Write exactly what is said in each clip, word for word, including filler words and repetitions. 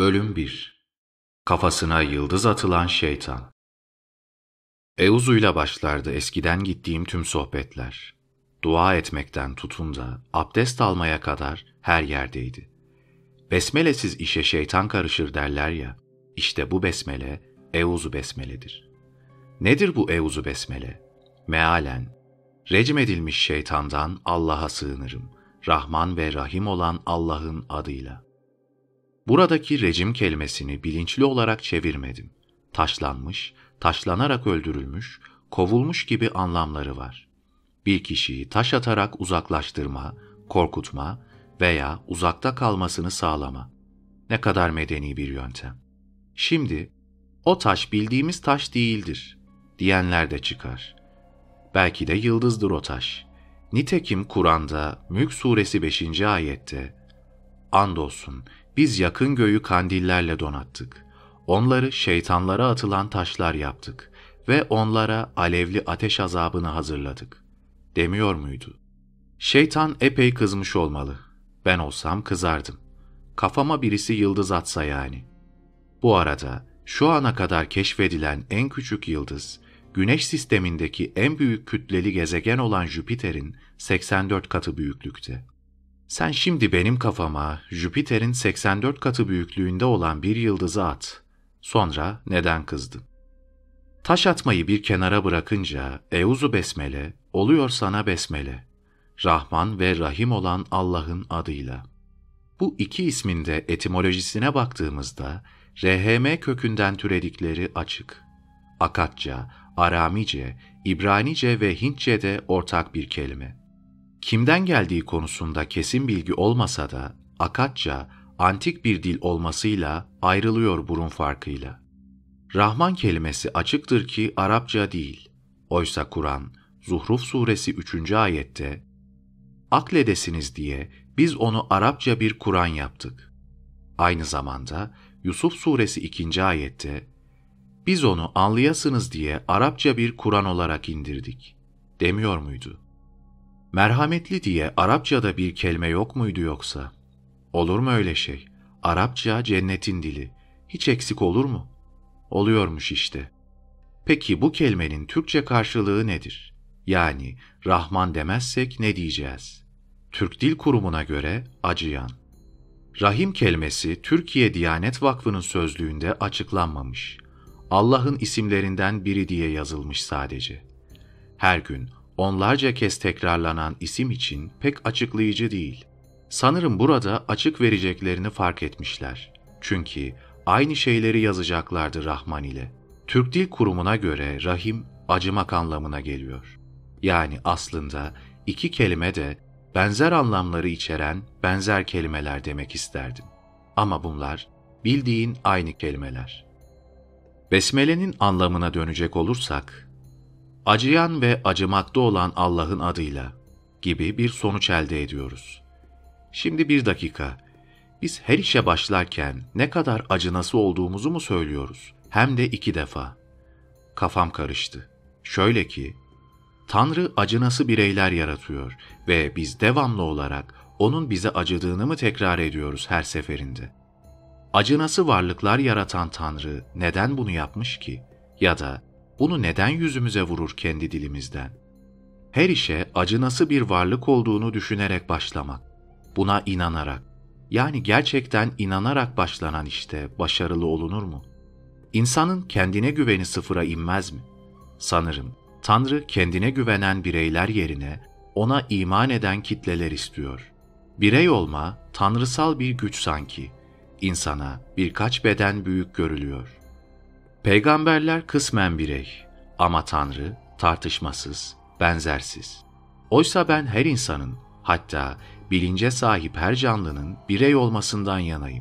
Bölüm bir. Kafasına yıldız atılan şeytan. Euzuyla başlardı eskiden gittiğim tüm sohbetler. Dua etmekten tutun da abdest almaya kadar her yerdeydi. Besmelesiz işe şeytan karışır derler ya, işte bu besmele Euzu besmeledir. Nedir bu Euzu besmele? Mealen, recm edilmiş şeytandan Allah'a sığınırım, Rahman ve Rahim olan Allah'ın adıyla. Buradaki rejim kelimesini bilinçli olarak çevirmedim. Taşlanmış, taşlanarak öldürülmüş, kovulmuş gibi anlamları var. Bir kişiyi taş atarak uzaklaştırma, korkutma veya uzakta kalmasını sağlama. Ne kadar medeni bir yöntem. Şimdi, o taş bildiğimiz taş değildir diyenler de çıkar. Belki de yıldızdır o taş. Nitekim Kur'an'da Mülk Suresi beşinci ayette, andolsun biz yakın göğü kandillerle donattık. Onları şeytanlara atılan taşlar yaptık ve onlara alevli ateş azabını hazırladık. Demiyor muydu? Şeytan epey kızmış olmalı. Ben olsam kızardım. Kafama birisi yıldız atsa yani. Bu arada şu ana kadar keşfedilen en küçük yıldız, Güneş sistemindeki en büyük kütleli gezegen olan Jüpiter'in seksen dört katı büyüklükte. Sen şimdi benim kafama Jüpiter'in seksen dört katı büyüklüğünde olan bir yıldızı at. Sonra neden kızdın? Taş atmayı bir kenara bırakınca Euzu besmele oluyor sana besmele. Rahman ve Rahim olan Allah'ın adıyla. Bu iki ismin de etimolojisine baktığımızda R H M kökünden türedikleri açık. Akatça, Aramice, İbranice ve Hintçe'de ortak bir kelime. Kimden geldiği konusunda kesin bilgi olmasa da Akatça, antik bir dil olmasıyla ayrılıyor burun farkıyla. Rahman kelimesi açıktır ki Arapça değil. Oysa Kur'an, Zuhruf suresi üçüncü ayette, akledesiniz diye biz onu Arapça bir Kur'an yaptık. Aynı zamanda Yusuf suresi ikinci ayette, biz onu anlayasınız diye Arapça bir Kur'an olarak indirdik, demiyor muydu? Merhametli diye Arapçada bir kelime yok muydu yoksa? Olur mu öyle şey? Arapça cennetin dili. Hiç eksik olur mu? Oluyormuş işte. Peki bu kelimenin Türkçe karşılığı nedir? Yani Rahman demezsek ne diyeceğiz? Türk Dil Kurumu'na göre acıyan. Rahim kelimesi Türkiye Diyanet Vakfı'nın sözlüğünde açıklanmamış. Allah'ın isimlerinden biri diye yazılmış sadece. Her gün onlarca kez tekrarlanan isim için pek açıklayıcı değil. Sanırım burada açık vereceklerini fark etmişler. Çünkü aynı şeyleri yazacaklardı Rahman ile. Türk Dil Kurumu'na göre Rahim acımak anlamına geliyor. Yani aslında iki kelime de benzer anlamları içeren benzer kelimeler demek isterdim. Ama bunlar bildiğin aynı kelimeler. Besmele'nin anlamına dönecek olursak, acıyan ve acımakta olan Allah'ın adıyla gibi bir sonuç elde ediyoruz. Şimdi bir dakika, biz her işe başlarken ne kadar acınası olduğumuzu mu söylüyoruz? Hem de iki defa. Kafam karıştı. Şöyle ki, Tanrı acınası bireyler yaratıyor ve biz devamlı olarak onun bize acıdığını mı tekrar ediyoruz her seferinde? Acınası varlıklar yaratan Tanrı neden bunu yapmış ki? Ya da bunu neden yüzümüze vurur kendi dilimizden? Her işe acınası bir varlık olduğunu düşünerek başlamak, buna inanarak, yani gerçekten inanarak başlanan işte başarılı olunur mu? İnsanın kendine güveni sıfıra inmez mi? Sanırım Tanrı kendine güvenen bireyler yerine ona iman eden kitleler istiyor. Birey olma tanrısal bir güç sanki. İnsana birkaç beden büyük görülüyor. Peygamberler kısmen birey ama Tanrı tartışmasız, benzersiz. Oysa ben her insanın, hatta bilince sahip her canlının birey olmasından yanayım.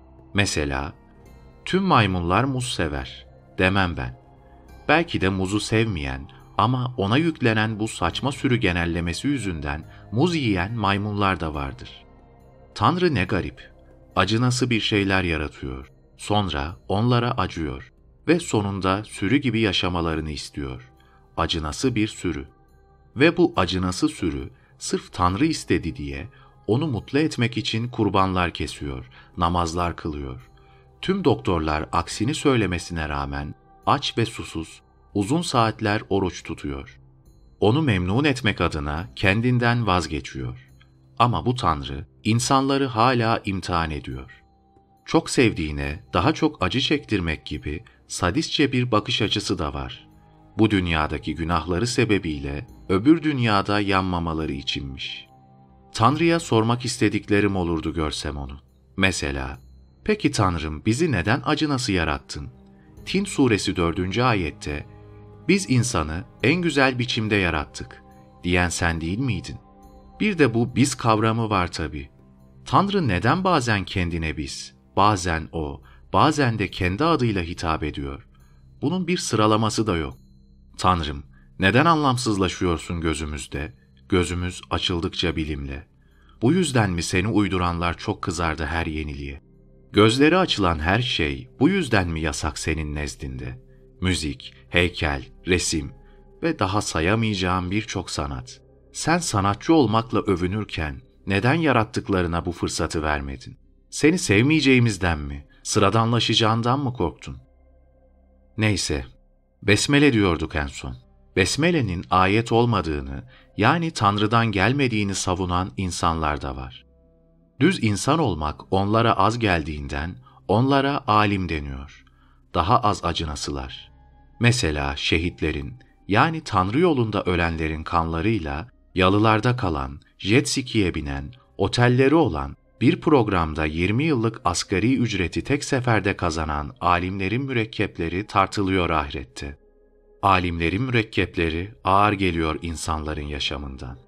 Mesela, tüm maymunlar muz sever demem ben. Belki de muzu sevmeyen ama ona yüklenen bu saçma sürü genellemesi yüzünden muz yiyen maymunlar da vardır. Tanrı ne garip, acınası bir şeyler yaratıyor, sonra onlara acıyor ve sonunda sürü gibi yaşamalarını istiyor. Acınası bir sürü. Ve bu acınası sürü sırf Tanrı istedi diye onu mutlu etmek için kurbanlar kesiyor, namazlar kılıyor. Tüm doktorlar aksini söylemesine rağmen aç ve susuz, uzun saatler oruç tutuyor. Onu memnun etmek adına kendinden vazgeçiyor. Ama bu Tanrı insanları hala imtihan ediyor. Çok sevdiğine daha çok acı çektirmek gibi sadistçe bir bakış açısı da var. Bu dünyadaki günahları sebebiyle öbür dünyada yanmamaları içinmiş. Tanrı'ya sormak istediklerim olurdu görsem onu. Mesela, peki Tanrım bizi neden acınası yarattın? Tin suresi dördüncü ayette, biz insanı en güzel biçimde yarattık diyen sen değil miydin? Bir de bu biz kavramı var tabii. Tanrı neden bazen kendine biz, bazen o, bazen de kendi adıyla hitap ediyor? Bunun bir sıralaması da yok. Tanrım, neden anlamsızlaşıyorsun gözümüzde? Gözümüz açıldıkça bilimle. Bu yüzden mi seni uyduranlar çok kızardı her yeniliğe? Gözleri açılan her şey bu yüzden mi yasak senin nezdinde? Müzik, heykel, resim ve daha sayamayacağım birçok sanat. Sen sanatçı olmakla övünürken neden yarattıklarına bu fırsatı vermedin? Seni sevmeyeceğimizden mi, sıradanlaşacağından mı korktun? Neyse, Besmele diyorduk en son. Besmele'nin ayet olmadığını, yani Tanrı'dan gelmediğini savunan insanlar da var. Düz insan olmak onlara az geldiğinden onlara alim deniyor. Daha az acınasılar. Mesela şehitlerin, yani Tanrı yolunda ölenlerin kanlarıyla yalılarda kalan, jet ski'ye binen, otelleri olan, bir programda yirmi yıllık asgari ücreti tek seferde kazanan alimlerin mürekkepleri tartılıyor ahirette. Alimlerin mürekkepleri ağır geliyor insanların yaşamından.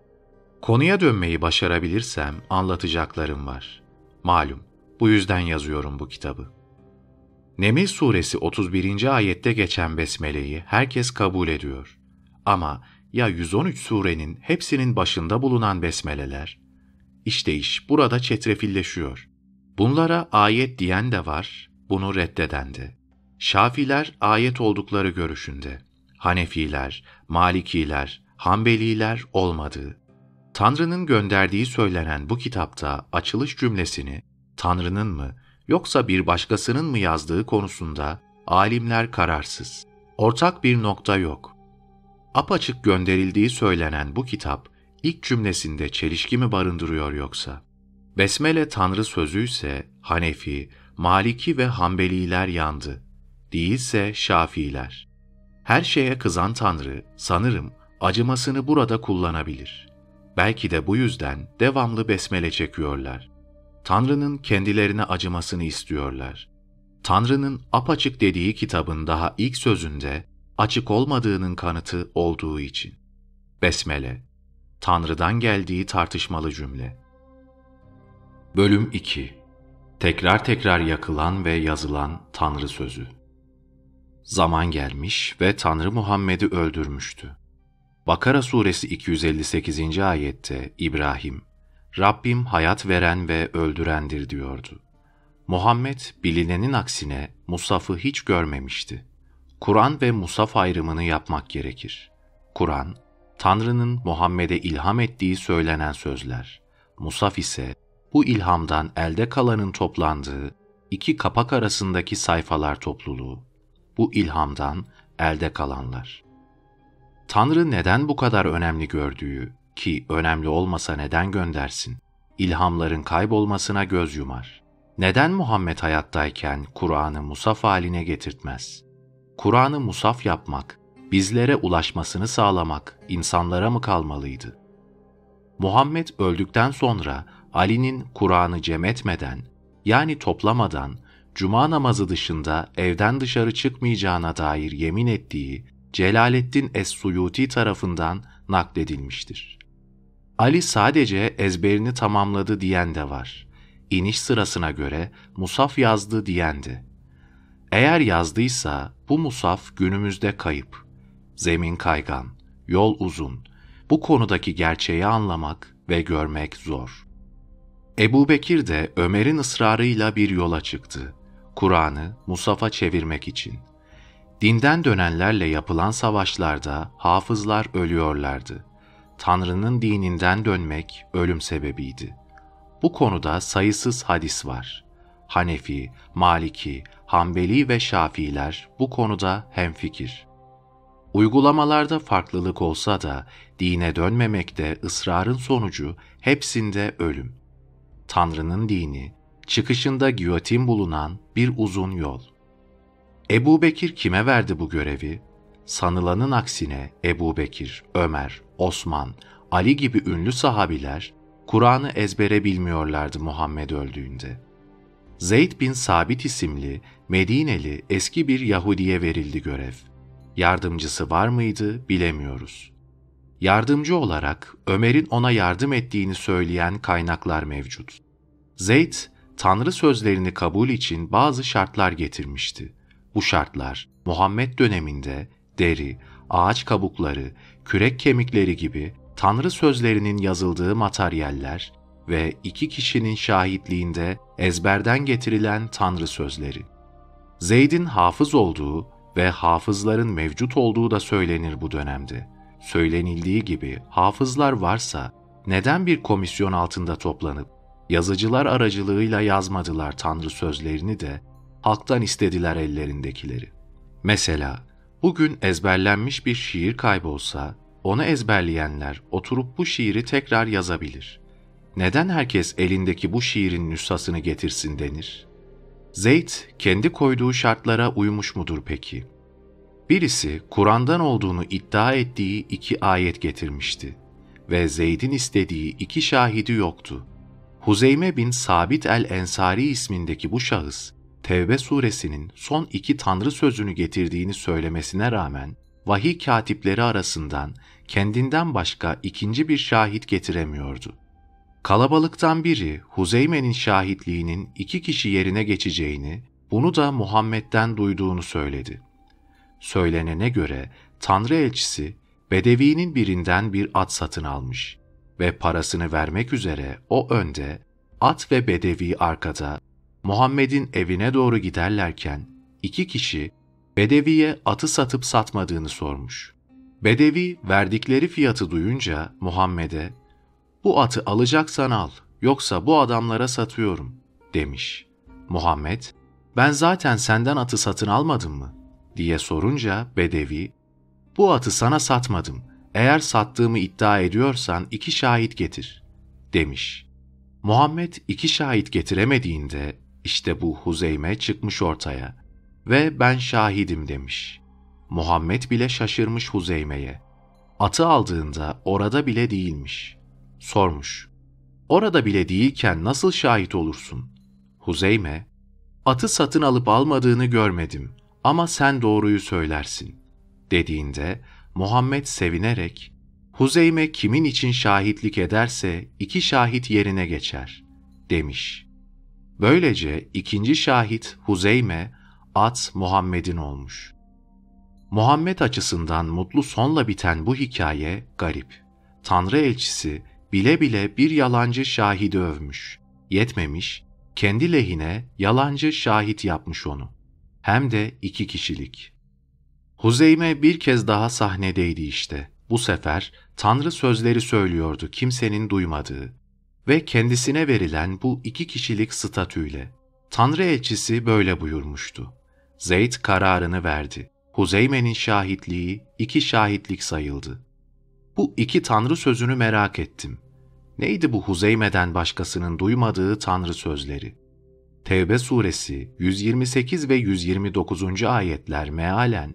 Konuya dönmeyi başarabilirsem anlatacaklarım var. Malum, bu yüzden yazıyorum bu kitabı. Neml suresi otuz birinci ayette geçen besmeleyi herkes kabul ediyor. Ama ya yüz on üç surenin hepsinin başında bulunan besmeleler? İşte iş burada çetrefilleşiyor. Bunlara ayet diyen de var, bunu reddeden de. Şafiler ayet oldukları görüşünde. Hanefiler, Malikiler, Hanbeliler olmadığı. Tanrı'nın gönderdiği söylenen bu kitapta açılış cümlesini Tanrı'nın mı yoksa bir başkasının mı yazdığı konusunda alimler kararsız. Ortak bir nokta yok. Apaçık gönderildiği söylenen bu kitap ilk cümlesinde çelişki mi barındırıyor yoksa? Besmele Tanrı sözüyse Hanefi, Maliki ve Hanbeliler yandı. Değilse Şafiiler. Her şeye kızan Tanrı sanırım acımasını burada kullanabilir. Belki de bu yüzden devamlı besmele çekiyorlar. Tanrı'nın kendilerine acımasını istiyorlar. Tanrı'nın apaçık dediği kitabın daha ilk sözünde açık olmadığının kanıtı olduğu için. Besmele, Tanrı'dan geldiği tartışmalı cümle. Bölüm iki. Tekrar tekrar yakılan ve yazılan Tanrı sözü. Zaman gelmiş ve Tanrı Muhammed'i öldürmüştü. Bakara suresi iki yüz elli sekizinci ayette İbrahim, Rabbim hayat veren ve öldürendir diyordu. Muhammed bilinenin aksine Musaf'ı hiç görmemişti. Kur'an ve Musaf ayrımını yapmak gerekir. Kur'an, Tanrı'nın Muhammed'e ilham ettiği söylenen sözler. Musaf ise bu ilhamdan elde kalanın toplandığı iki kapak arasındaki sayfalar topluluğu. Bu ilhamdan elde kalanlar. Tanrı neden bu kadar önemli gördüğü, ki önemli olmasa neden göndersin, ilhamların kaybolmasına göz yumar. Neden Muhammed hayattayken Kur'an'ı musaf haline getirtmez? Kur'an'ı musaf yapmak, bizlere ulaşmasını sağlamak insanlara mı kalmalıydı? Muhammed öldükten sonra Ali'nin Kur'an'ı cem etmeden, yani toplamadan, cuma namazı dışında evden dışarı çıkmayacağına dair yemin ettiği Celaleddin Es-Suyuti tarafından nakledilmiştir. Ali sadece ezberini tamamladı diyen de var. İniş sırasına göre musaf yazdı diyen de. Eğer yazdıysa bu musaf günümüzde kayıp. Zemin kaygan, yol uzun. Bu konudaki gerçeği anlamak ve görmek zor. Ebu Bekir de Ömer'in ısrarıyla bir yola çıktı. Kur'an'ı musafa çevirmek için. Dinden dönenlerle yapılan savaşlarda hafızlar ölüyorlardı. Tanrı'nın dininden dönmek ölüm sebebiydi. Bu konuda sayısız hadis var. Hanefi, Maliki, Hanbeli ve Şafiiler bu konuda hemfikir. Uygulamalarda farklılık olsa da dine dönmemekte ısrarın sonucu hepsinde ölüm. Tanrı'nın dini, çıkışında giyotin bulunan bir uzun yol. Ebu Bekir kime verdi bu görevi? Sanılanın aksine Ebu Bekir, Ömer, Osman, Ali gibi ünlü sahabiler Kur'an'ı ezbere bilmiyorlardı Muhammed öldüğünde. Zeyd bin Sabit isimli Medineli eski bir Yahudiye verildi görev. Yardımcısı var mıydı bilemiyoruz. Yardımcı olarak Ömer'in ona yardım ettiğini söyleyen kaynaklar mevcut. Zeyd, Tanrı sözlerini kabul için bazı şartlar getirmişti. Bu şartlar Muhammed döneminde deri, ağaç kabukları, kürek kemikleri gibi Tanrı sözlerinin yazıldığı materyaller ve iki kişinin şahitliğinde ezberden getirilen Tanrı sözleri. Zeyd'in hafız olduğu ve hafızların mevcut olduğu da söylenir bu dönemde. Söylenildiği gibi hafızlar varsa neden bir komisyon altında toplanıp yazıcılar aracılığıyla yazmadılar Tanrı sözlerini de halktan istediler ellerindekileri? Mesela bugün ezberlenmiş bir şiir kaybolsa onu ezberleyenler oturup bu şiiri tekrar yazabilir. Neden herkes elindeki bu şiirin nüshasını getirsin denir? Zeyd kendi koyduğu şartlara uymuş mudur peki? Birisi Kur'an'dan olduğunu iddia ettiği iki ayet getirmişti ve Zeyd'in istediği iki şahidi yoktu. Huzeyme bin Sabit el-Ensari ismindeki bu şahıs, Tevbe suresinin son iki Tanrı sözünü getirdiğini söylemesine rağmen vahiy katipleri arasından kendinden başka ikinci bir şahit getiremiyordu. Kalabalıktan biri Huzeyme'nin şahitliğinin iki kişi yerine geçeceğini, bunu da Muhammed'den duyduğunu söyledi. Söylenene göre Tanrı elçisi Bedevi'nin birinden bir at satın almış ve parasını vermek üzere o önde, at ve Bedevi arkada, Muhammed'in evine doğru giderlerken iki kişi Bedevi'ye atı satıp satmadığını sormuş. Bedevi verdikleri fiyatı duyunca Muhammed'e "Bu atı alacaksan al, yoksa bu adamlara satıyorum," demiş. Muhammed, "Ben zaten senden atı satın almadım mı?" diye sorunca Bedevi, "Bu atı sana satmadım. Eğer sattığımı iddia ediyorsan iki şahit getir," demiş. Muhammed iki şahit getiremediğinde işte bu Huzeyme çıkmış ortaya ve "Ben şahidim," demiş. Muhammed bile şaşırmış Huzeyme'ye. Atı aldığında orada bile değilmiş. Sormuş, "Orada bile değilken nasıl şahit olursun?" Huzeyme, "Atı satın alıp almadığını görmedim ama sen doğruyu söylersin," dediğinde Muhammed sevinerek, "Huzeyme kimin için şahitlik ederse iki şahit yerine geçer," demiş. Böylece ikinci şahit Huzeyme, at Muhammed'in olmuş. Muhammed açısından mutlu sonla biten bu hikaye garip. Tanrı elçisi bile bile bir yalancı şahidi övmüş. Yetmemiş, kendi lehine yalancı şahit yapmış onu. Hem de iki kişilik. Huzeyme bir kez daha sahnedeydi işte. Bu sefer Tanrı sözleri söylüyordu kimsenin duymadığı ve kendisine verilen bu iki kişilik statüyle. Tanrı elçisi böyle buyurmuştu. Zeyd kararını verdi. Huzeyme'nin şahitliği iki şahitlik sayıldı. Bu iki Tanrı sözünü merak ettim. Neydi bu Huzeyme'den başkasının duymadığı Tanrı sözleri? Tevbe suresi yüz yirmi sekiz ve yüz yirmi dokuzuncu ayetler mealen,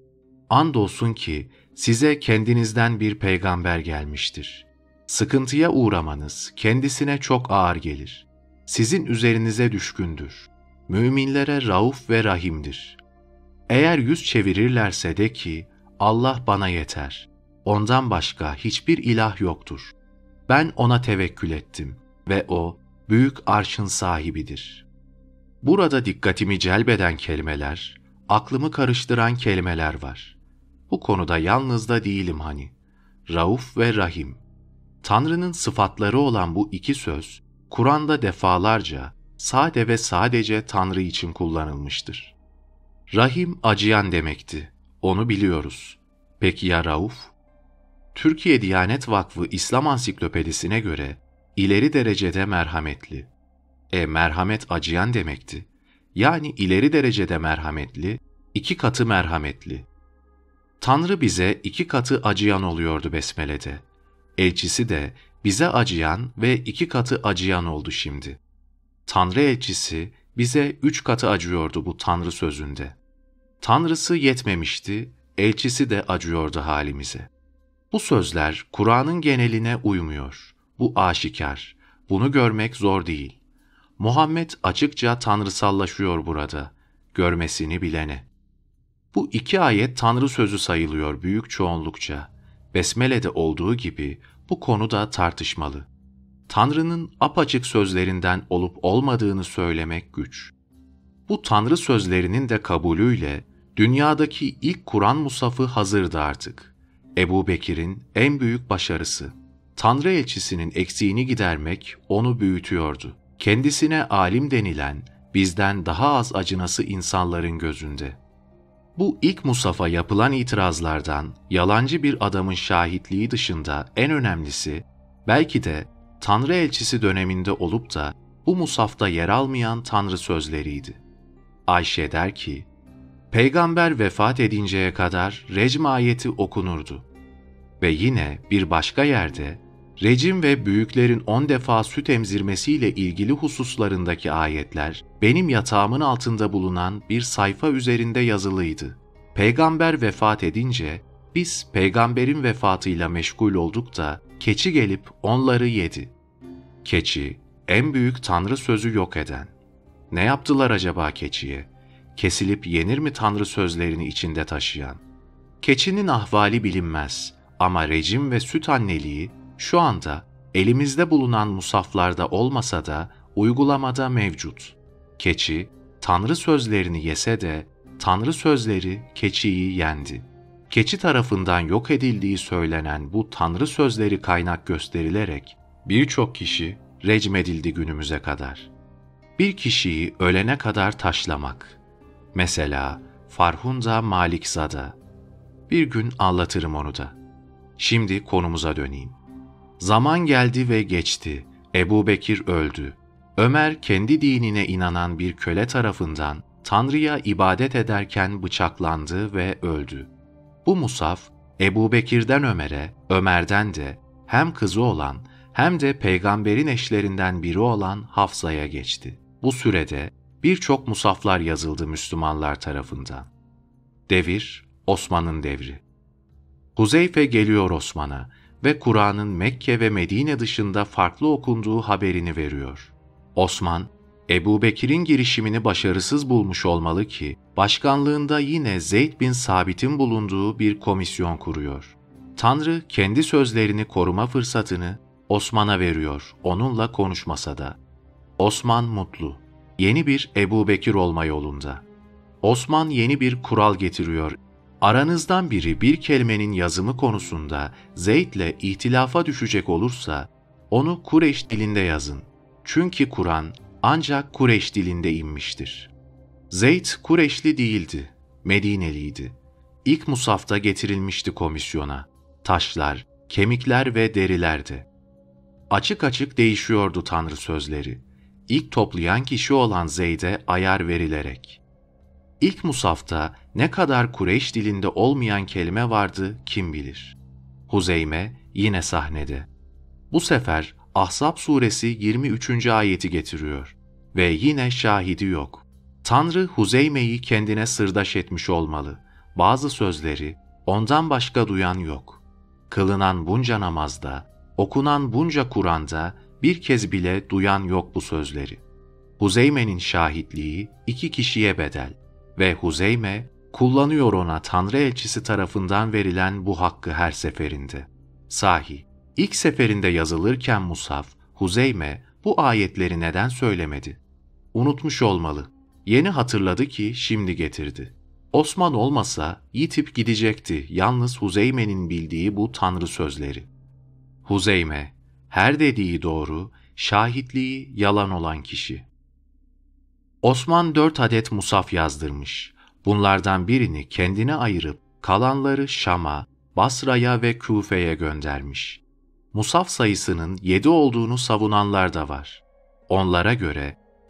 "Andolsun ki size kendinizden bir peygamber gelmiştir. Sıkıntıya uğramanız kendisine çok ağır gelir. Sizin üzerinize düşkündür. Müminlere rauf ve rahimdir. Eğer yüz çevirirlerse de ki, Allah bana yeter. Ondan başka hiçbir ilah yoktur. Ben ona tevekkül ettim ve o büyük arşın sahibidir." Burada dikkatimi celbeden kelimeler, aklımı karıştıran kelimeler var. Bu konuda yalnız da değilim hani. Rauf ve Rahim. Tanrı'nın sıfatları olan bu iki söz, Kur'an'da defalarca sade ve sadece Tanrı için kullanılmıştır. Rahim acıyan demekti. Onu biliyoruz. Peki ya Rauf? Türkiye Diyanet Vakfı İslam Ansiklopedisine göre ileri derecede merhametli. E merhamet acıyan demekti. Yani ileri derecede merhametli, iki katı merhametli. Tanrı bize iki katı acıyan oluyordu Besmele'de. Elçisi de bize acıyan ve iki katı acıyan oldu şimdi. Tanrı elçisi bize üç katı acıyordu bu Tanrı sözünde. Tanrısı yetmemişti, elçisi de acıyordu halimize. Bu sözler Kur'an'ın geneline uymuyor. Bu aşikar. Bunu görmek zor değil. Muhammed açıkça tanrısallaşıyor burada, görmesini bilene. Bu iki ayet Tanrı sözü sayılıyor büyük çoğunlukça. Besmele'de olduğu gibi bu konu da tartışmalı. Tanrı'nın apaçık sözlerinden olup olmadığını söylemek güç. Bu Tanrı sözlerinin de kabulüyle dünyadaki ilk Kur'an musafı hazırdı artık. Ebu Bekir'in en büyük başarısı. Tanrı elçisinin eksiğini gidermek onu büyütüyordu. Kendisine alim denilen, bizden daha az acınası insanların gözünde. Bu ilk musafa yapılan itirazlardan yalancı bir adamın şahitliği dışında en önemlisi, belki de Tanrı elçisi döneminde olup da bu musafta yer almayan Tanrı sözleriydi. Ayşe der ki, Peygamber vefat edinceye kadar recm ayeti okunurdu. Ve yine bir başka yerde, recim ve büyüklerin on defa süt emzirmesiyle ilgili hususlarındaki ayetler, benim yatağımın altında bulunan bir sayfa üzerinde yazılıydı. Peygamber vefat edince, biz peygamberin vefatıyla meşgul olduk da, keçi gelip onları yedi. Keçi, en büyük Tanrı sözü yok eden. Ne yaptılar acaba keçiye? Kesilip yenir mi Tanrı sözlerini içinde taşıyan? Keçinin ahvali bilinmez ama recim ve süt anneliği şu anda elimizde bulunan musaflarda olmasa da uygulamada mevcut. Keçi, Tanrı sözlerini yese de Tanrı sözleri keçiyi yendi. Keçi tarafından yok edildiği söylenen bu Tanrı sözleri kaynak gösterilerek birçok kişi recmedildi günümüze kadar. Bir kişiyi ölene kadar taşlamak. Mesela Farhunda Malikzada. Bir gün anlatırım onu da. Şimdi konumuza döneyim. Zaman geldi ve geçti. Ebu Bekir öldü. Ömer kendi dinine inanan bir köle tarafından Tanrı'ya ibadet ederken bıçaklandı ve öldü. Bu musaf Ebu Bekir'den Ömer'e, Ömer'den de hem kızı olan hem de peygamberin eşlerinden biri olan Hafsa'ya geçti. Bu sürede birçok musaflar yazıldı Müslümanlar tarafından. Devir, Osman'ın devri. Huzeyfe geliyor Osman'a ve Kur'an'ın Mekke ve Medine dışında farklı okunduğu haberini veriyor. Osman, Ebu Bekir'in girişimini başarısız bulmuş olmalı ki, başkanlığında yine Zeyd bin Sabit'in bulunduğu bir komisyon kuruyor. Tanrı kendi sözlerini koruma fırsatını Osman'a veriyor, onunla konuşmasa da. Osman mutlu, yeni bir Ebu Bekir olma yolunda. Osman yeni bir kural getiriyor. Aranızdan biri bir kelimenin yazımı konusunda Zeyd'le ihtilafa düşecek olursa, onu Kureyş dilinde yazın. Çünkü Kur'an ancak Kureyş dilinde inmiştir. Zeyd Kureyşli değildi, Medineliydi. İlk musafta getirilmişti komisyona. Taşlar, kemikler ve derilerdi. Açık açık değişiyordu Tanrı sözleri. İlk toplayan kişi olan Zeyd'e ayar verilerek. İlk musafta ne kadar Kureyş dilinde olmayan kelime vardı kim bilir. Huzeyme yine sahnede. Bu sefer Ahzab suresi yirmi üçüncü ayeti getiriyor ve yine şahidi yok. Tanrı Huzeyme'yi kendine sırdaş etmiş olmalı. Bazı sözleri ondan başka duyan yok. Kılınan bunca namazda, okunan bunca Kur'an'da bir kez bile duyan yok bu sözleri. Huzeyme'nin şahitliği iki kişiye bedel ve Huzeyme kullanıyor ona Tanrı elçisi tarafından verilen bu hakkı her seferinde. Sahi, ilk seferinde yazılırken musaf, Huzeyme bu ayetleri neden söylemedi? Unutmuş olmalı. Yeni hatırladı ki şimdi getirdi. Osman olmasa yitip gidecekti yalnız Huzeyme'nin bildiği bu Tanrı sözleri. Huzeyme, her dediği doğru, şahitliği yalan olan kişi. Osman dört adet musaf yazdırmış. Bunlardan birini kendine ayırıp kalanları Şam'a, Basra'ya ve Küfe'ye göndermiş. Musaf sayısının yedi olduğunu savunanlar da var. Onlara göre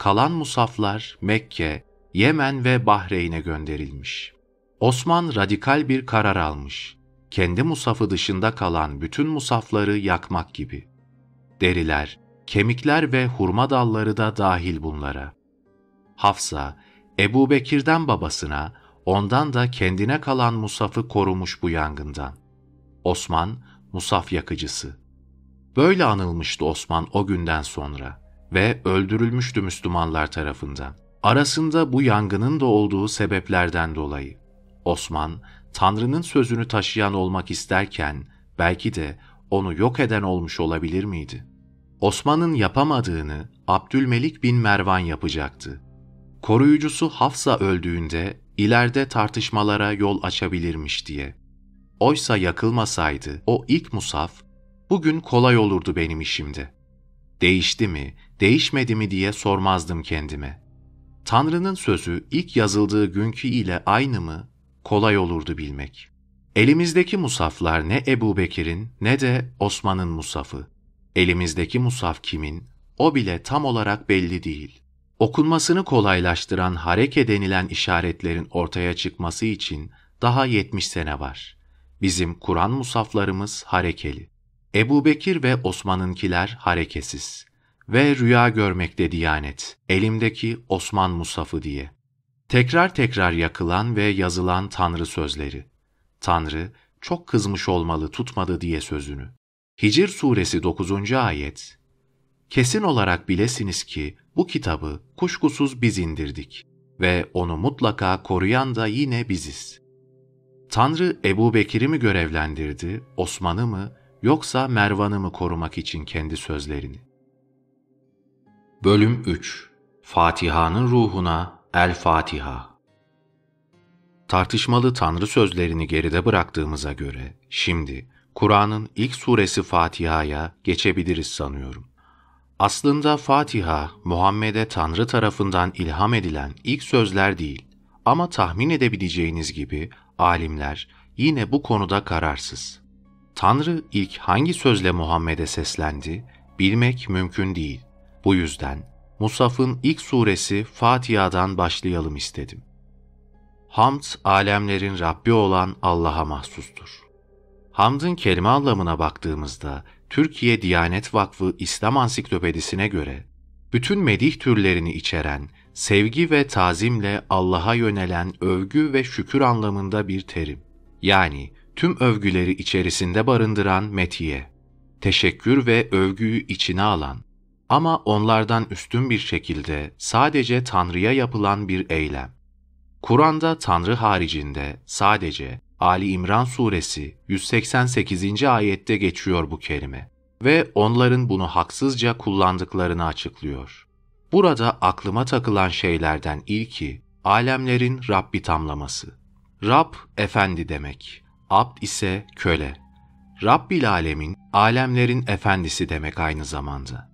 kalan musaflar Mekke, Yemen ve Bahreyn'e gönderilmiş. Osman radikal bir karar almış. Kendi musafı dışında kalan bütün musafları yakmak gibi. Deriler, kemikler ve hurma dalları da dahil bunlara. Hafsa, Ebu Bekir'den babasına, ondan da kendine kalan musafı korumuş bu yangından. Osman, musaf yakıcısı. Böyle anılmıştı Osman o günden sonra ve öldürülmüştü Müslümanlar tarafından. Arasında bu yangının da olduğu sebeplerden dolayı. Osman, Tanrı'nın sözünü taşıyan olmak isterken belki de onu yok eden olmuş olabilir miydi? Osman'ın yapamadığını Abdülmelik bin Mervan yapacaktı. Koruyucusu Hafsa öldüğünde ileride tartışmalara yol açabilirmiş diye. Oysa yakılmasaydı o ilk musaf, bugün kolay olurdu benim işimde. Değişti mi, değişmedi mi diye sormazdım kendime. Tanrı'nın sözü ilk yazıldığı günkü ile aynı mı, kolay olurdu bilmek. Elimizdeki musaflar ne Ebu Bekir'in ne de Osman'ın musafı. Elimizdeki musaf kimin, o bile tam olarak belli değil. Okunmasını kolaylaştıran hareke denilen işaretlerin ortaya çıkması için daha yetmiş sene var. Bizim Kur'an musaflarımız harekeli. Ebu Bekir ve Osman'ınkiler harekesiz. Ve rüya görmekte Diyanet, elimdeki Osman musafı diye. Tekrar tekrar yakılan ve yazılan Tanrı sözleri. Tanrı çok kızmış olmalı tutmadı diye sözünü. Hicr suresi dokuzuncu ayet. Kesin olarak bilesiniz ki bu kitabı kuşkusuz biz indirdik ve onu mutlaka koruyan da yine biziz. Tanrı Ebu Bekir'i mi görevlendirdi, Osman'ı mı, yoksa Mervan'ı mı korumak için kendi sözlerini? Bölüm üç. Fatiha'nın ruhuna El Fatiha. Tartışmalı Tanrı sözlerini geride bıraktığımıza göre, şimdi Kur'an'ın ilk suresi Fatiha'ya geçebiliriz sanıyorum. Aslında Fatiha, Muhammed'e Tanrı tarafından ilham edilen ilk sözler değil. Ama tahmin edebileceğiniz gibi alimler yine bu konuda kararsız. Tanrı ilk hangi sözle Muhammed'e seslendi, bilmek mümkün değil. Bu yüzden Musaf'ın ilk suresi Fatiha'dan başlayalım istedim. Hamd, alemlerin Rabbi olan Allah'a mahsustur. Hamd'ın kelime anlamına baktığımızda, Türkiye Diyanet Vakfı İslam Ansiklopedisine göre, bütün medih türlerini içeren, sevgi ve tazimle Allah'a yönelen övgü ve şükür anlamında bir terim. Yani tüm övgüleri içerisinde barındıran metiye, teşekkür ve övgüyü içine alan, ama onlardan üstün bir şekilde sadece Tanrı'ya yapılan bir eylem. Kur'an'da Tanrı haricinde sadece Ali İmran suresi yüz seksen sekizinci ayette geçiyor bu kelime ve onların bunu haksızca kullandıklarını açıklıyor. Burada aklıma takılan şeylerden ilki alemlerin Rabbi tamlaması. Rab, efendi demek. Abd ise köle. Rabbil alemin, alemlerin efendisi demek aynı zamanda.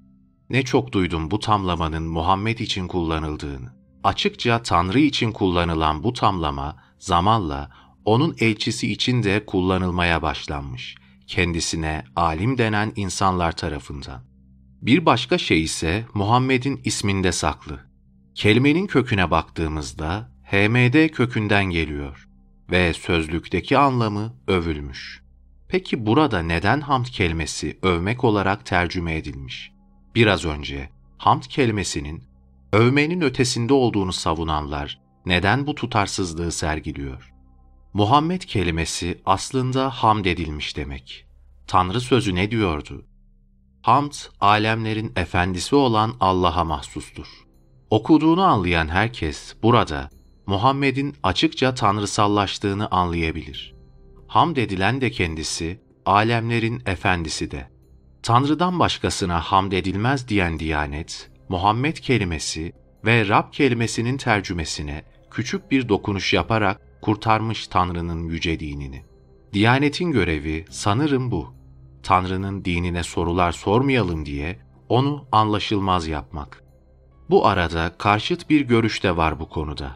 Ne çok duydum bu tamlamanın Muhammed için kullanıldığını. Açıkça Tanrı için kullanılan bu tamlama zamanla onun elçisi için de kullanılmaya başlanmış. Kendisine alim denen insanlar tarafından. Bir başka şey ise Muhammed'in isminde saklı. Kelimenin köküne baktığımızda H M D kökünden geliyor ve sözlükteki anlamı övülmüş. Peki burada neden hamd kelimesi övmek olarak tercüme edilmiş? Biraz önce hamd kelimesinin övmenin ötesinde olduğunu savunanlar neden bu tutarsızlığı sergiliyor? Muhammed kelimesi aslında hamd edilmiş demek. Tanrı sözü ne diyordu? Hamd, alemlerin efendisi olan Allah'a mahsustur. Okuduğunu anlayan herkes burada Muhammed'in açıkça tanrısallaştığını anlayabilir. Hamd edilen de kendisi, alemlerin efendisi de. Tanrı'dan başkasına hamd edilmez diyen Diyanet, Muhammed kelimesi ve Rab kelimesinin tercümesine küçük bir dokunuş yaparak kurtarmış Tanrı'nın yüce dinini. Diyanetin görevi sanırım bu. Tanrı'nın dinine sorular sormayalım diye onu anlaşılmaz yapmak. Bu arada karşıt bir görüş de var bu konuda.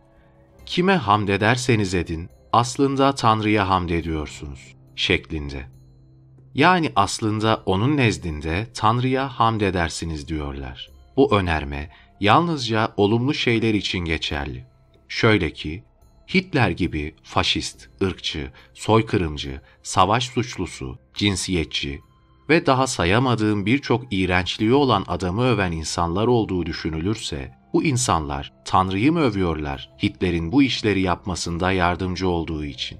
Kime hamd ederseniz edin, aslında Tanrı'ya hamd ediyorsunuz şeklinde. Yani aslında onun nezdinde Tanrı'ya hamd edersiniz diyorlar. Bu önerme yalnızca olumlu şeyler için geçerli. Şöyle ki, Hitler gibi faşist, ırkçı, soykırımcı, savaş suçlusu, cinsiyetçi ve daha sayamadığım birçok iğrençliği olan adamı öven insanlar olduğu düşünülürse, bu insanlar Tanrı'yı mı övüyorlar Hitler'in bu işleri yapmasında yardımcı olduğu için?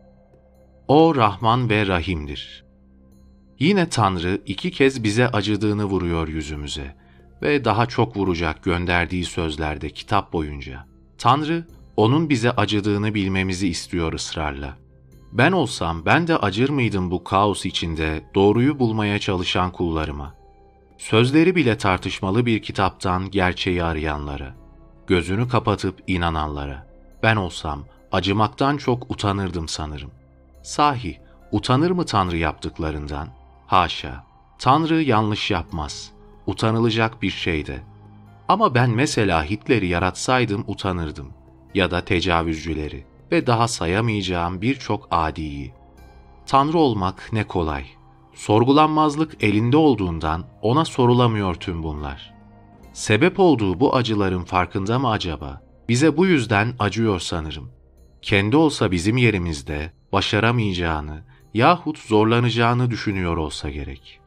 O Rahman ve Rahim'dir. Yine Tanrı iki kez bize acıdığını vuruyor yüzümüze ve daha çok vuracak gönderdiği sözlerde kitap boyunca. Tanrı, onun bize acıdığını bilmemizi istiyor ısrarla. Ben olsam ben de acır mıydım bu kaos içinde doğruyu bulmaya çalışan kullarıma? Sözleri bile tartışmalı bir kitaptan gerçeği arayanlara, gözünü kapatıp inananlara. Ben olsam acımaktan çok utanırdım sanırım. Sahi, utanır mı Tanrı yaptıklarından? Haşa, Tanrı yanlış yapmaz. Utanılacak bir şey de. Ama ben mesela Hitler'i yaratsaydım utanırdım. Ya da tecavüzcüleri ve daha sayamayacağım birçok adiyi. Tanrı olmak ne kolay. Sorgulanmazlık elinde olduğundan ona sorulamıyor tüm bunlar. Sebep olduğu bu acıların farkında mı acaba? Bize bu yüzden acıyor sanırım. Kendi olsa bizim yerimizde başaramayacağını yahut zorlanacağını düşünüyor olsa gerek.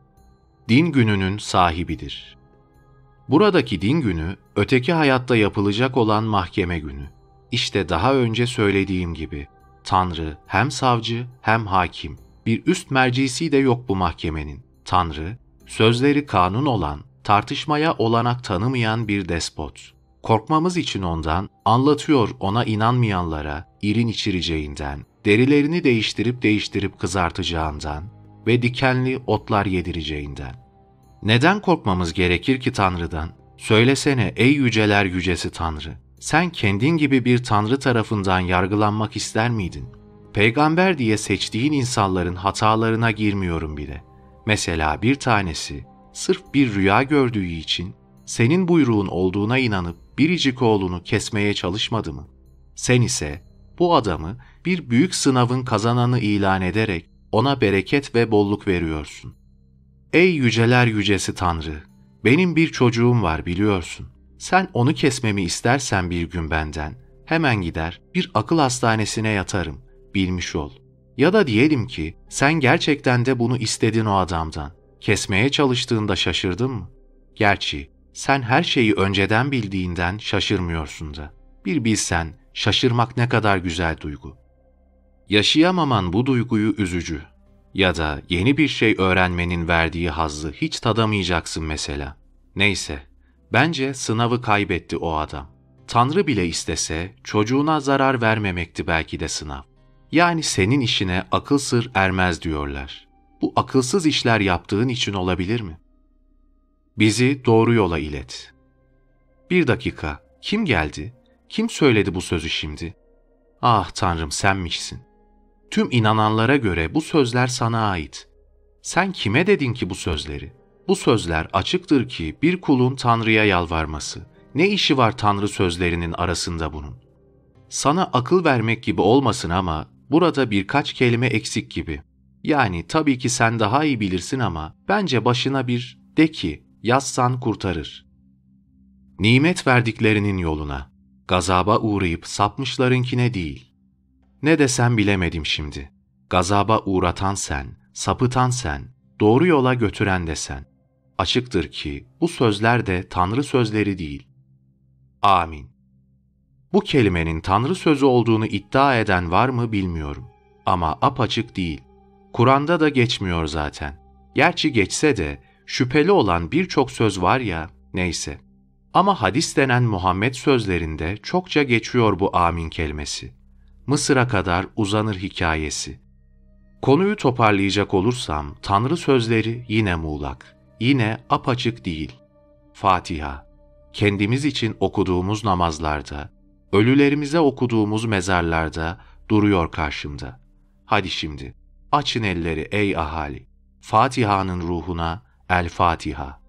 Din gününün sahibidir. Buradaki din günü, öteki hayatta yapılacak olan mahkeme günü. İşte daha önce söylediğim gibi, Tanrı hem savcı hem hakim. Bir üst mercisi de yok bu mahkemenin. Tanrı, sözleri kanun olan, tartışmaya olanak tanımayan bir despot. Korkmamız için ondan, anlatıyor ona inanmayanlara, irin içireceğinden, derilerini değiştirip değiştirip kızartacağından ve dikenli otlar yedireceğinden. Neden korkmamız gerekir ki Tanrı'dan? Söylesene ey yüceler yücesi Tanrı. Sen kendin gibi bir Tanrı tarafından yargılanmak ister miydin? Peygamber diye seçtiğin insanların hatalarına girmiyorum bile. Mesela bir tanesi sırf bir rüya gördüğü için senin buyruğun olduğuna inanıp biricik oğlunu kesmeye çalışmadı mı? Sen ise bu adamı bir büyük sınavın kazananı ilan ederek ona bereket ve bolluk veriyorsun. Ey yüceler yücesi Tanrı, benim bir çocuğum var biliyorsun. Sen onu kesmemi istersen bir gün benden, hemen gider bir akıl hastanesine yatarım, bilmiş ol. Ya da diyelim ki sen gerçekten de bunu istedin o adamdan. Kesmeye çalıştığında şaşırdın mı? Gerçi sen her şeyi önceden bildiğinden şaşırmıyorsun da. Bir bilsen şaşırmak ne kadar güzel duygu. Yaşayamaman bu duyguyu üzücü. Ya da yeni bir şey öğrenmenin verdiği hazzı hiç tadamayacaksın mesela. Neyse, bence sınavı kaybetti o adam. Tanrı bile istese çocuğuna zarar vermemekti belki de sınav. Yani senin işine akıl sır ermez diyorlar. Bu akılsız işler yaptığın için olabilir mi? Bizi doğru yola ilet. Bir dakika, kim geldi? Kim söyledi bu sözü şimdi? Ah Tanrım senmişsin. Tüm inananlara göre bu sözler sana ait. Sen kime dedin ki bu sözleri? Bu sözler açıktır ki bir kulun Tanrı'ya yalvarması. Ne işi var Tanrı sözlerinin arasında bunun? Sana akıl vermek gibi olmasın ama burada birkaç kelime eksik gibi. Yani tabii ki sen daha iyi bilirsin ama bence başına bir de ki yazsan kurtarır. Nimet verdiklerinin yoluna, gazaba uğrayıp sapmışlarınkine değil. Ne desem bilemedim şimdi. Gazaba uğratan sen, sapıtan sen, doğru yola götüren de sen. Açıktır ki bu sözler de Tanrı sözleri değil. Amin. Bu kelimenin Tanrı sözü olduğunu iddia eden var mı bilmiyorum. Ama apaçık değil. Kur'an'da da geçmiyor zaten. Gerçi geçse de şüpheli olan birçok söz var ya, neyse. Ama hadis denen Muhammed sözlerinde çokça geçiyor bu amin kelimesi. Mısır'a kadar uzanır hikayesi. Konuyu toparlayacak olursam Tanrı sözleri yine muğlak, yine apaçık değil. Fatiha, kendimiz için okuduğumuz namazlarda, ölülerimize okuduğumuz mezarlarda duruyor karşımda. Hadi şimdi açın elleri ey ahali. Fatiha'nın ruhuna El Fatiha.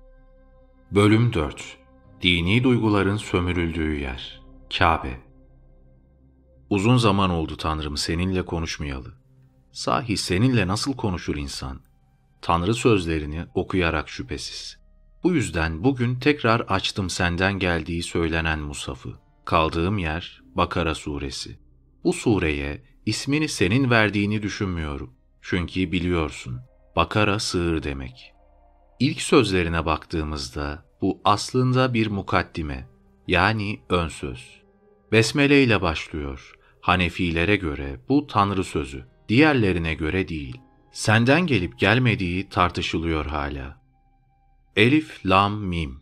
Bölüm dört. Dini duyguların sömürüldüğü yer. Kabe. Uzun zaman oldu Tanrım seninle konuşmayalı. Sahi seninle nasıl konuşur insan? Tanrı sözlerini okuyarak şüphesiz. Bu yüzden bugün tekrar açtım senden geldiği söylenen mushafı. Kaldığım yer Bakara suresi. Bu sureye ismini senin verdiğini düşünmüyorum. Çünkü biliyorsun, Bakara sığır demek. İlk sözlerine baktığımızda bu aslında bir mukaddime, yani ön söz. Besmele ile başlıyor. Hanefilere göre bu Tanrı sözü, diğerlerine göre değil. Senden gelip gelmediği tartışılıyor hala. Elif, lam, mim.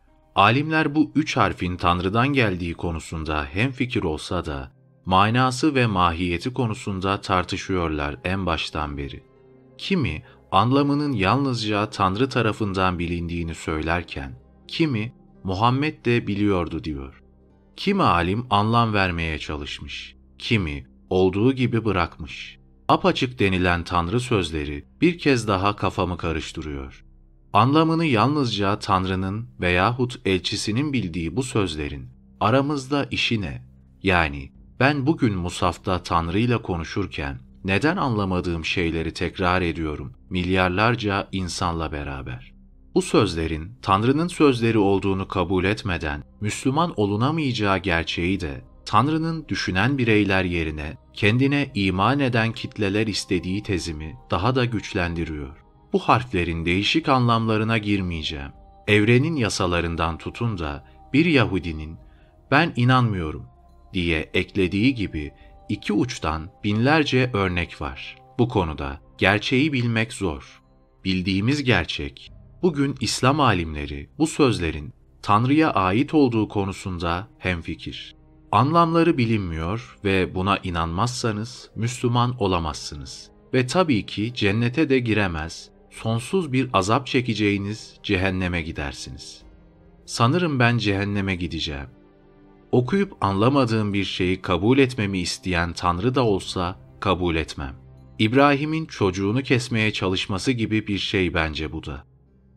Alimler bu üç harfin Tanrı'dan geldiği konusunda hemfikir olsa da, manası ve mahiyeti konusunda tartışıyorlar en baştan beri. Kimi, anlamının yalnızca Tanrı tarafından bilindiğini söylerken, kimi, Muhammed de biliyordu diyor. Kimi alim anlam vermeye çalışmış, kimi olduğu gibi bırakmış. Apaçık denilen Tanrı sözleri bir kez daha kafamı karıştırıyor. Anlamını yalnızca Tanrı'nın veyahut elçisinin bildiği bu sözlerin aramızda işi ne? Yani ben bugün Musaf'ta Tanrı ile konuşurken neden anlamadığım şeyleri tekrar ediyorum milyarlarca insanla beraber? Bu sözlerin Tanrı'nın sözleri olduğunu kabul etmeden Müslüman olunamayacağı gerçeği de Tanrı'nın düşünen bireyler yerine kendine iman eden kitleler istediği tezimi daha da güçlendiriyor. Bu harflerin değişik anlamlarına girmeyeceğim. Evrenin yasalarından tutun da bir Yahudinin "ben inanmıyorum" diye eklediği gibi iki uçtan binlerce örnek var. Bu konuda gerçeği bilmek zor. Bildiğimiz gerçek, bugün İslam alimleri bu sözlerin Tanrı'ya ait olduğu konusunda hemfikir. Anlamları bilinmiyor ve buna inanmazsanız Müslüman olamazsınız. Ve tabii ki cennete de giremez, sonsuz bir azap çekeceğiniz cehenneme gidersiniz. Sanırım ben cehenneme gideceğim. Okuyup anlamadığım bir şeyi kabul etmemi isteyen Tanrı da olsa kabul etmem. İbrahim'in çocuğunu kesmeye çalışması gibi bir şey bence bu da.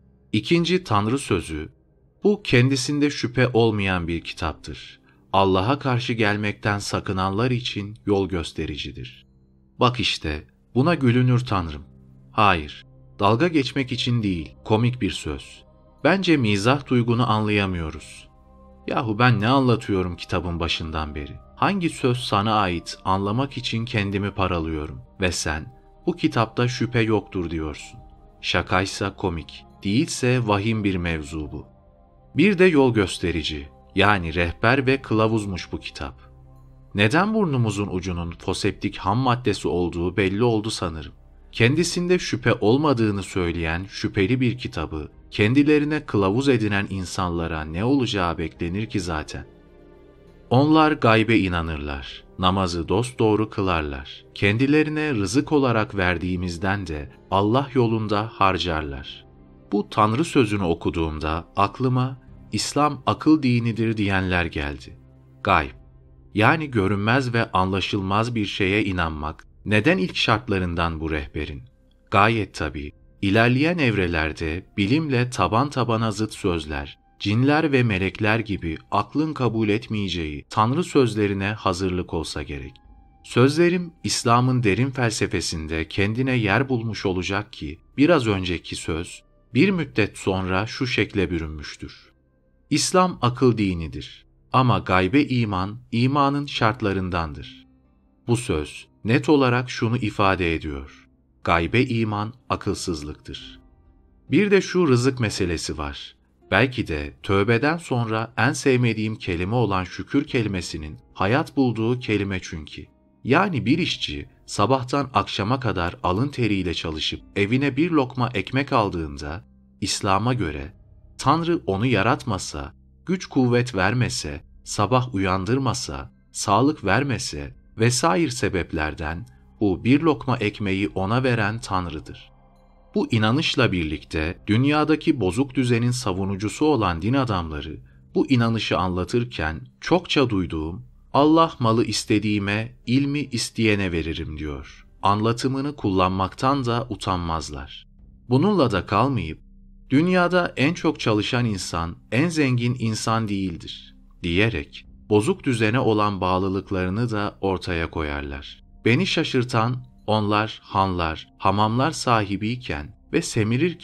İkinci Tanrı sözü, bu kendisinde şüphe olmayan bir kitaptır. Allah'a karşı gelmekten sakınanlar için yol göstericidir. Bak işte, buna gülünür Tanrım. Hayır, dalga geçmek için değil, komik bir söz. Bence mizah duygunu anlayamıyoruz. Yahu ben ne anlatıyorum kitabın başından beri? Hangi söz sana ait anlamak için kendimi paralıyorum ve sen bu kitapta şüphe yoktur diyorsun. Şakaysa komik, değilse vahim bir mevzu bu. Bir de yol gösterici, yani rehber ve kılavuzmuş bu kitap. Neden burnumuzun ucunun foseptik ham maddesi olduğu belli oldu sanırım. Kendisinde şüphe olmadığını söyleyen şüpheli bir kitabı kendilerine kılavuz edinen insanlara ne olacağı beklenir ki zaten? Onlar gaybe inanırlar, namazı dosdoğru kılarlar. Kendilerine rızık olarak verdiğimizden de Allah yolunda harcarlar. Bu Tanrı sözünü okuduğumda aklıma İslam akıl dinidir diyenler geldi. Gayb, yani görünmez ve anlaşılmaz bir şeye inanmak, neden ilk şartlarından bu rehberin? Gayet tabii, ilerleyen evrelerde bilimle taban tabana zıt sözler, cinler ve melekler gibi aklın kabul etmeyeceği Tanrı sözlerine hazırlık olsa gerek. Sözlerim İslam'ın derin felsefesinde kendine yer bulmuş olacak ki biraz önceki söz bir müddet sonra şu şekle bürünmüştür. İslam akıl dinidir ama gaybe iman, imanın şartlarındandır. Bu söz net olarak şunu ifade ediyor. Gaybe iman akılsızlıktır. Bir de şu rızık meselesi var. Belki de tövbeden sonra en sevmediğim kelime olan şükür kelimesinin hayat bulduğu kelime çünkü. Yani bir işçi sabahtan akşama kadar alın teriyle çalışıp evine bir lokma ekmek aldığında İslam'a göre Tanrı onu yaratmasa, güç kuvvet vermese, sabah uyandırmasa, sağlık vermese vesaire sebeplerden bu bir lokma ekmeği ona veren Tanrı'dır. Bu inanışla birlikte dünyadaki bozuk düzenin savunucusu olan din adamları bu inanışı anlatırken çokça duyduğum Allah malı istediğime, ilmi isteyene veririm diyor. Anlatımını kullanmaktan da utanmazlar. Bununla da kalmayıp dünyada en çok çalışan insan en zengin insan değildir diyerek bozuk düzene olan bağlılıklarını da ortaya koyarlar. Beni şaşırtan onlar hanlar, hamamlar sahibiyken ve semirirken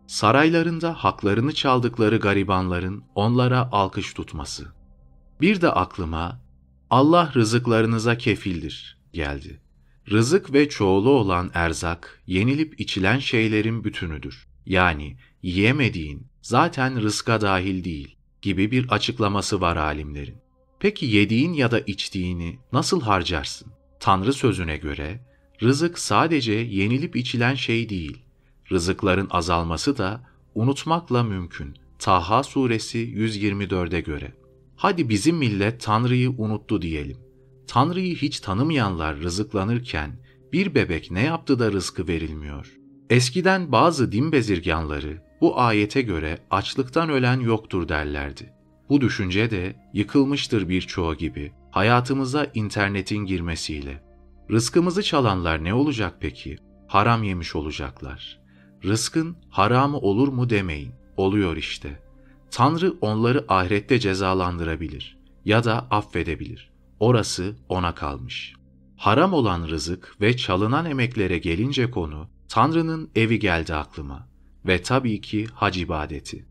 Saraylarında haklarını çaldıkları garibanların onlara alkış tutması. Bir de aklıma Allah rızıklarınıza kefildir geldi. Rızık ve çoğulu olan erzak, yenilip içilen şeylerin bütünüdür. Yani yiyemediğin zaten rızka dahil değil gibi bir açıklaması var alimlerin. Peki yediğin ya da içtiğini nasıl harcarsın? Tanrı sözüne göre rızık sadece yenilip içilen şey değil. Rızıkların azalması da unutmakla mümkün. Taha suresi yüz yirmi dörde göre. Hadi bizim millet Tanrı'yı unuttu diyelim. Tanrı'yı hiç tanımayanlar rızıklanırken bir bebek ne yaptı da rızkı verilmiyor? Eskiden bazı din bezirganları bu ayete göre açlıktan ölen yoktur derlerdi. Bu düşünce de yıkılmıştır birçoğu gibi hayatımıza internetin girmesiyle. Rızkımızı çalanlar ne olacak peki? Haram yemiş olacaklar. Rızkın haramı olur mu demeyin. Oluyor işte. Tanrı onları ahirette cezalandırabilir ya da affedebilir. Orası ona kalmış. Haram olan rızık ve çalınan emeklere gelince konu, Tanrı'nın evi geldi aklıma ve tabii ki hac ibadeti.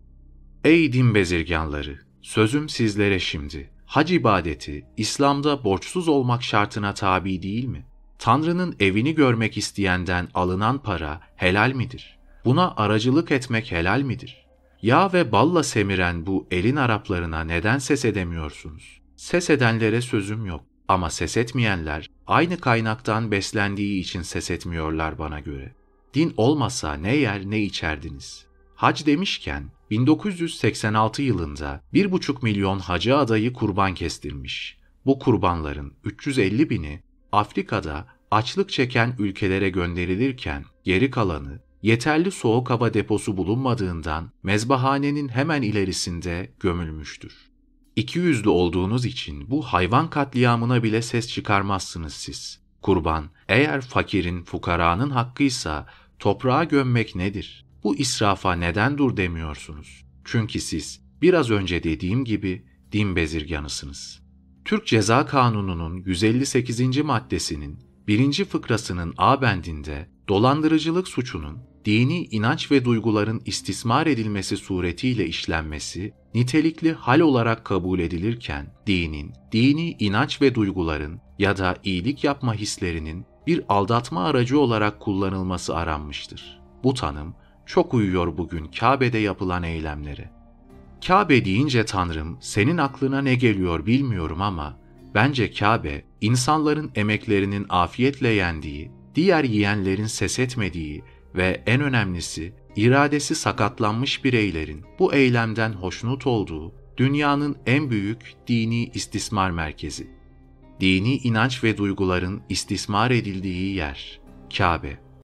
Ey din bezirganları, sözüm sizlere şimdi. Hac ibadeti, İslam'da borçsuz olmak şartına tabi değil mi? Tanrı'nın evini görmek isteyenden alınan para helal midir? Buna aracılık etmek helal midir? Yağ ve balla semiren bu elin Araplarına neden ses edemiyorsunuz? Ses edenlere sözüm yok ama ses etmeyenler aynı kaynaktan beslendiği için ses etmiyorlar bana göre. Din olmasa ne yer ne içerdiniz? Hac demişken bin dokuz yüz seksen altı yılında bir buçuk milyon hacı adayı kurban kestirmiş. Bu kurbanların üç yüz elli bini Afrika'da açlık çeken ülkelere gönderilirken geri kalanı yeterli soğuk hava deposu bulunmadığından mezbahanenin hemen ilerisinde gömülmüştür. İki yüzlü olduğunuz için bu hayvan katliamına bile ses çıkarmazsınız siz. Kurban, eğer fakirin, fukaranın hakkıysa toprağa gömmek nedir? Bu israfa neden dur demiyorsunuz? Çünkü siz biraz önce dediğim gibi din bezirganısınız. Türk Ceza Kanunu'nun yüz elli sekizinci maddesinin birinci fıkrasının A bendinde dolandırıcılık suçunun dini inanç ve duyguların istismar edilmesi suretiyle işlenmesi nitelikli hal olarak kabul edilirken dinin, dini inanç ve duyguların ya da iyilik yapma hislerinin bir aldatma aracı olarak kullanılması aranmıştır. Bu tanım çok uyuyor bugün Kabe'de yapılan eylemlere. Kabe deyince Tanrım senin aklına ne geliyor bilmiyorum ama bence Kabe insanların emeklerinin afiyetle yendiği, diğer yiyenlerin ses etmediği ve en önemlisi iradesi sakatlanmış bireylerin bu eylemden hoşnut olduğu dünyanın en büyük dini istismar merkezi. Dini inanç ve duyguların istismar edildiği yer, Kabe.